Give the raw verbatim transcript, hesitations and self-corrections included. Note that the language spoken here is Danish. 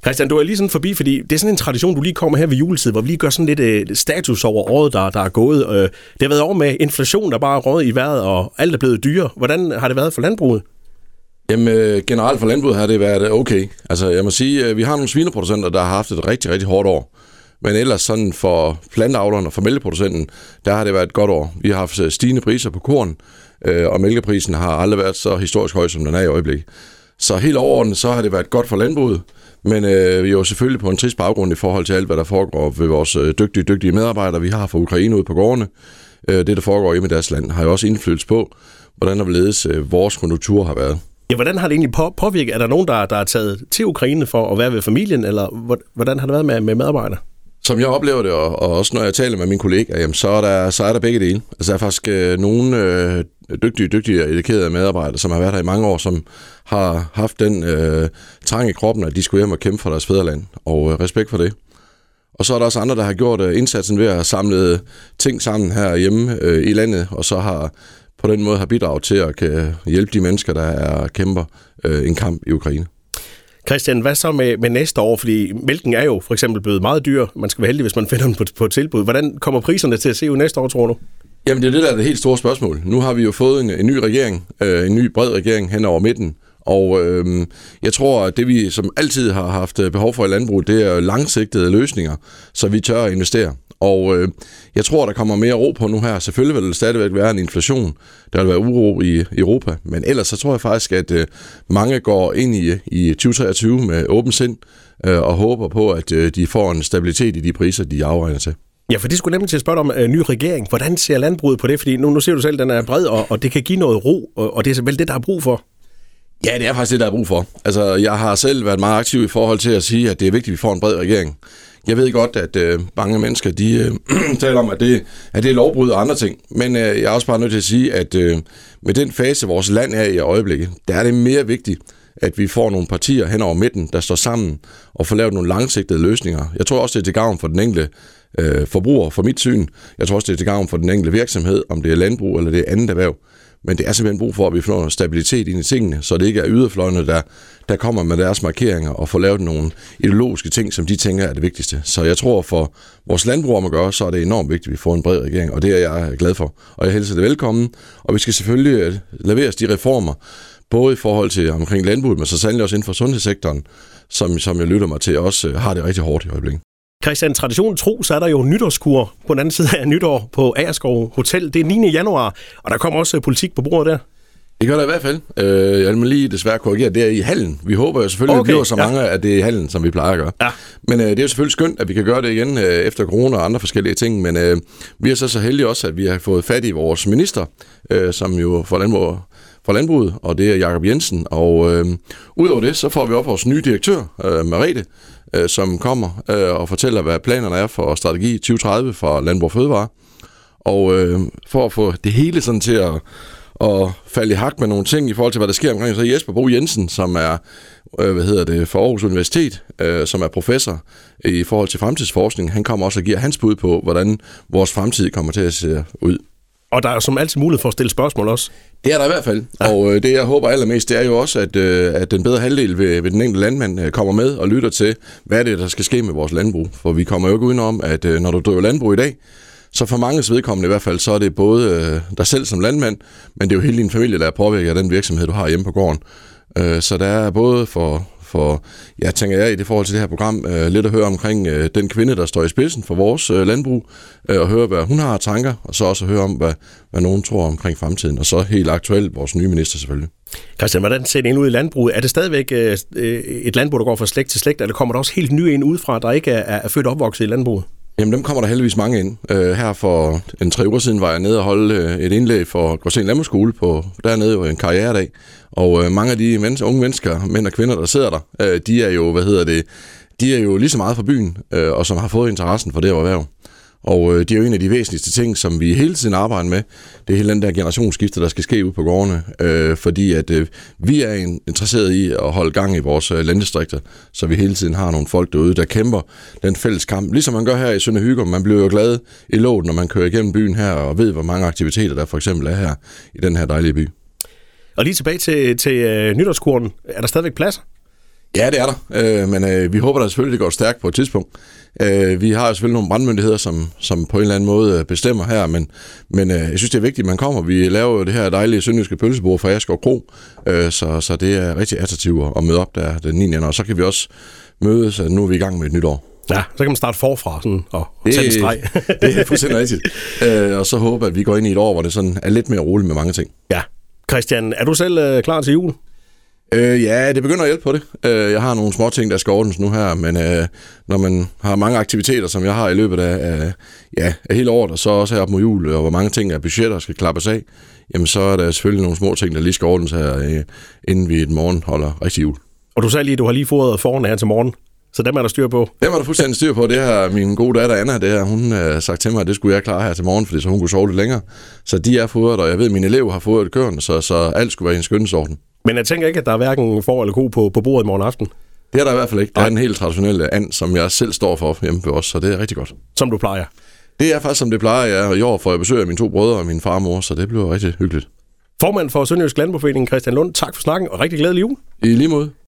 Christian, du er lige sådan forbi, fordi det er sådan en tradition, du lige kommer her ved juletid, hvor vi lige gør sådan lidt øh, status over året, der, der er gået. Øh, det har været over med inflation, der bare er røget i vejret, og alt er blevet dyre. Hvordan har det været for landbruget? Jamen, generelt for landbruget har det været okay. Altså, jeg må sige, at vi har nogle svineproducenter, der har haft et rigtig, rigtig hårdt år. Men ellers sådan for planteavleren og for mælkeproducenten, der har det været et godt år. Vi har haft stigende priser på korn, øh, og mælkeprisen har aldrig været så historisk høj, som den er i øjeblikket. Så helt overordnet, så har det været godt for landbruget, men øh, vi er jo selvfølgelig på en trist baggrund i forhold til alt, hvad der foregår ved vores øh, dygtige, dygtige medarbejdere, vi har fra Ukraine ude på gårdene. Øh, det, der foregår hjemme i deres land, har jo også indflydelse på, hvordan der hvorledes øh, vores konjunktur har været. Ja, hvordan har det egentlig på- påvirket? Er der nogen, der, der er taget til Ukraine for at være ved familien, eller hvordan har det været med, med medarbejdere? Som jeg oplever det, og, og også når jeg taler med mine kollegaer, jamen, så, er der, så er der begge dele. Altså der er faktisk øh, nogle øh, dygtige, dygtige og dedikerede medarbejdere, som har været her i mange år, som har haft den øh, trang i kroppen, at de skulle hjem og kæmpe for deres fædreland, og øh, respekt for det. Og så er der også andre, der har gjort øh, indsatsen ved at samle ting sammen herhjemme øh, i landet, og så har på den måde har bidraget til at kan hjælpe de mennesker, der er kæmper øh, en kamp i Ukraine. Christian, hvad så med, med næste år? Fordi mælken er jo for eksempel blevet meget dyr. Man skal være heldig, hvis man finder den på, på tilbud. Hvordan kommer priserne til at se ud næste år, tror du? Jamen, det er det, der er det helt store spørgsmål. Nu har vi jo fået en, en ny regering, øh, en ny bred regering hen over midten. Og øh, jeg tror, at det vi som altid har haft behov for i landbruget, det er langsigtede løsninger, så vi tør at investere. Og øh, jeg tror, der kommer mere ro på nu her. Selvfølgelig vil der stadigvæk være en inflation. Der vil være uro i Europa. Men ellers så tror jeg faktisk, at øh, mange går ind i, i tyve treogtyve med åben sind øh, og håber på, at øh, de får en stabilitet i de priser, de afregner til. Ja, for det skulle nemlig til at spørge om en uh, ny regering. Hvordan ser landbruget på det? Fordi nu, nu ser du selv, at den er bred, og, og det kan give noget ro, og, og det er vel det, der er brug for. Ja, det er faktisk det, der er brug for. Altså, jeg har selv været meget aktiv i forhold til at sige, at det er vigtigt, at vi får en bred regering. Jeg ved godt, at øh, mange mennesker de øh, taler om, at det, at det er lovbrud og andre ting. Men øh, jeg er også bare nødt til at sige, at øh, med den fase, vores land er i øjeblikket, der er det mere vigtigt, at vi får nogle partier hen over midten, der står sammen og får lavet nogle langsigtede løsninger. Jeg tror også, det er til gavn for den enkelte øh, forbruger, for mit syn. Jeg tror også, det er til gavn for den enkelte virksomhed, om det er landbrug eller det er andet erhverv. Men det er simpelthen brug for, at vi får noget stabilitet ind i tingene, så det ikke er yderfløjene, der, der kommer med deres markeringer og får lavet nogle ideologiske ting, som de tænker er det vigtigste. Så jeg tror, for vores landbrug om at gøre, så er det enormt vigtigt, at vi får en bred regering, og det er jeg glad for. Og jeg hilser det velkommen, og vi skal selvfølgelig leveres de reformer, både i forhold til omkring landbruget, men så sandelig også inden for sundhedssektoren, som, som jeg lytter mig til, også har det rigtig hårdt i øjeblikket. Christian, traditionen tro, så er der jo nytårskur på den anden side af nytår på Agerskov Hotel. Det er niende januar, og der kommer også politik på bordet der. Det gør der i hvert fald. Øh, jeg vil lige desværre korrigere, det er i hallen. Vi håber jo selvfølgelig, okay, at det bliver så mange, ja. At det er i hallen, som vi plejer at gøre. Ja. Men øh, det er jo selvfølgelig skønt, at vi kan gøre det igen øh, efter corona og andre forskellige ting. Men øh, vi er så så heldige også, at vi har fået fat i vores minister, øh, som jo får landbrug fra landbruget, og det er Jakob Jensen. Og øh, udover det, så får vi op vores nye direktør, øh, Merete, øh, som kommer øh, og fortæller, hvad planerne er for strategi tyve tredive for Landbrug og Fødevare. Og øh, for at få det hele sådan til at, at falde i hak med nogle ting i forhold til, hvad der sker omkring, så er Jesper Bo Jensen, som er øh, hvad hedder det, for Aarhus Universitet, øh, som er professor i forhold til fremtidsforskning. Han kommer også og giver hans bud på, hvordan vores fremtid kommer til at se ud. Og der er som altid mulighed for at stille spørgsmål også. Det er der i hvert fald. Ja. Og øh, det, jeg håber allermest, det er jo også, at, øh, at den bedre halvdel ved, ved den enkelte landmand øh, kommer med og lytter til, hvad er det, der skal ske med vores landbrug. For vi kommer jo ikke udenom, at øh, når du driver landbrug i dag, så for manges vedkommende i hvert fald, så er det både øh, dig selv som landmand, men det er jo hele din familie, der er påvirket af den virksomhed, du har hjemme på gården. Øh, så der er både for... For jeg tænker jeg i det forhold til det her program øh, lidt at høre omkring øh, den kvinde, der står i spidsen for vores øh, landbrug, øh, og høre, hvad hun har af tanker, og så også høre om, hvad, hvad nogen tror omkring fremtiden, og så helt aktuelt vores nye minister selvfølgelig. Christian, hvordan ser det ind ud i landbruget? Er det stadigvæk øh, et landbrug, der går fra slægt til slægt, eller kommer der også helt nye ind udefra, der ikke er, er født og opvokset i landbruget? Jamen, dem kommer der heldigvis mange ind. Uh, her for en tre uger siden var jeg nede og holde uh, et indlæg for Gråsten Landbrugsskole på dernede jo en karrieredag. Og uh, mange af de mennesker, unge mennesker, mænd og kvinder, der sidder der, uh, de er jo, hvad hedder det, de er jo lige så meget fra byen, uh, og som har fået interessen for det her erhverv. Og øh, det er jo en af de væsentligste ting, som vi hele tiden arbejder med. Det er hele den der generationsskifte, der skal ske ude på gårdene, øh, fordi at øh, vi er interesseret i at holde gang i vores øh, landdistrikter, så vi hele tiden har nogle folk derude, der kæmper den fælles kamp. Ligesom man gør her i Sønder Hygge, man bliver jo glad i låget, når man kører igennem byen her, og ved, hvor mange aktiviteter der for eksempel er her i den her dejlige by. Og lige tilbage til, til øh, nytårskuren. Er der stadigvæk plads? Ja, det er der, øh, men øh, vi håber da selvfølgelig, det går stærkt på et tidspunkt. Øh, vi har jo selvfølgelig nogle brandmyndigheder, som, som på en eller anden måde bestemmer her, men, men øh, jeg synes, det er vigtigt, at man kommer. Vi laver jo det her dejlige sønderjyske pølsebord fra Asker Kro, øh, så, så det er rigtig attraktivt at møde op der den niende og så kan vi også mødes, nu er vi i gang med et nyt år. Ja, så kan man starte forfra sådan, og tage en streg. Det er fuldstændig rigtigt. Øh, og så håber at vi går ind i et år, hvor det sådan er lidt mere roligt med mange ting. Ja. Christian, er du selv øh, klar til jul? Øh, ja, det begynder at hjælpe på det. Øh, jeg har nogle små ting, der skal ordnes nu her, men øh, når man har mange aktiviteter, som jeg har i løbet af, af, ja, af hele året, og så også her op mod jul, og hvor mange ting af budgetter skal klappes af, jamen så er der selvfølgelig nogle små ting, der lige skal ordnes her, øh, inden vi i morgen holder rigtig jul. Og du sagde lige, at du har lige fået foran her til morgen, så dem er der styr på? Dem er der fuldstændig styr på. Det har min gode datter Anna, det her, hun har sagt til mig, at det skulle jeg klare her til morgen, fordi så hun kunne sove lidt længere. Så de er fodret, og jeg ved, at mine elever har fodret kørende, så, så alt skulle være i en skønnesorden. Men jeg tænker ikke, at der er hverken får eller ko på, på bordet i morgen aften? Det er der i hvert fald ikke. Der er en helt traditionel and, som jeg selv står for hjemme ved os, så det er rigtig godt. Som du plejer? Det er faktisk, som det plejer. Jeg, og i år får jeg besøg af mine to brødre og min far og mor, så det bliver rigtig hyggeligt. Formand for Sønderjysk Landboforening, Christian Lund, tak for snakken, og rigtig glædelig jul. I lige måde.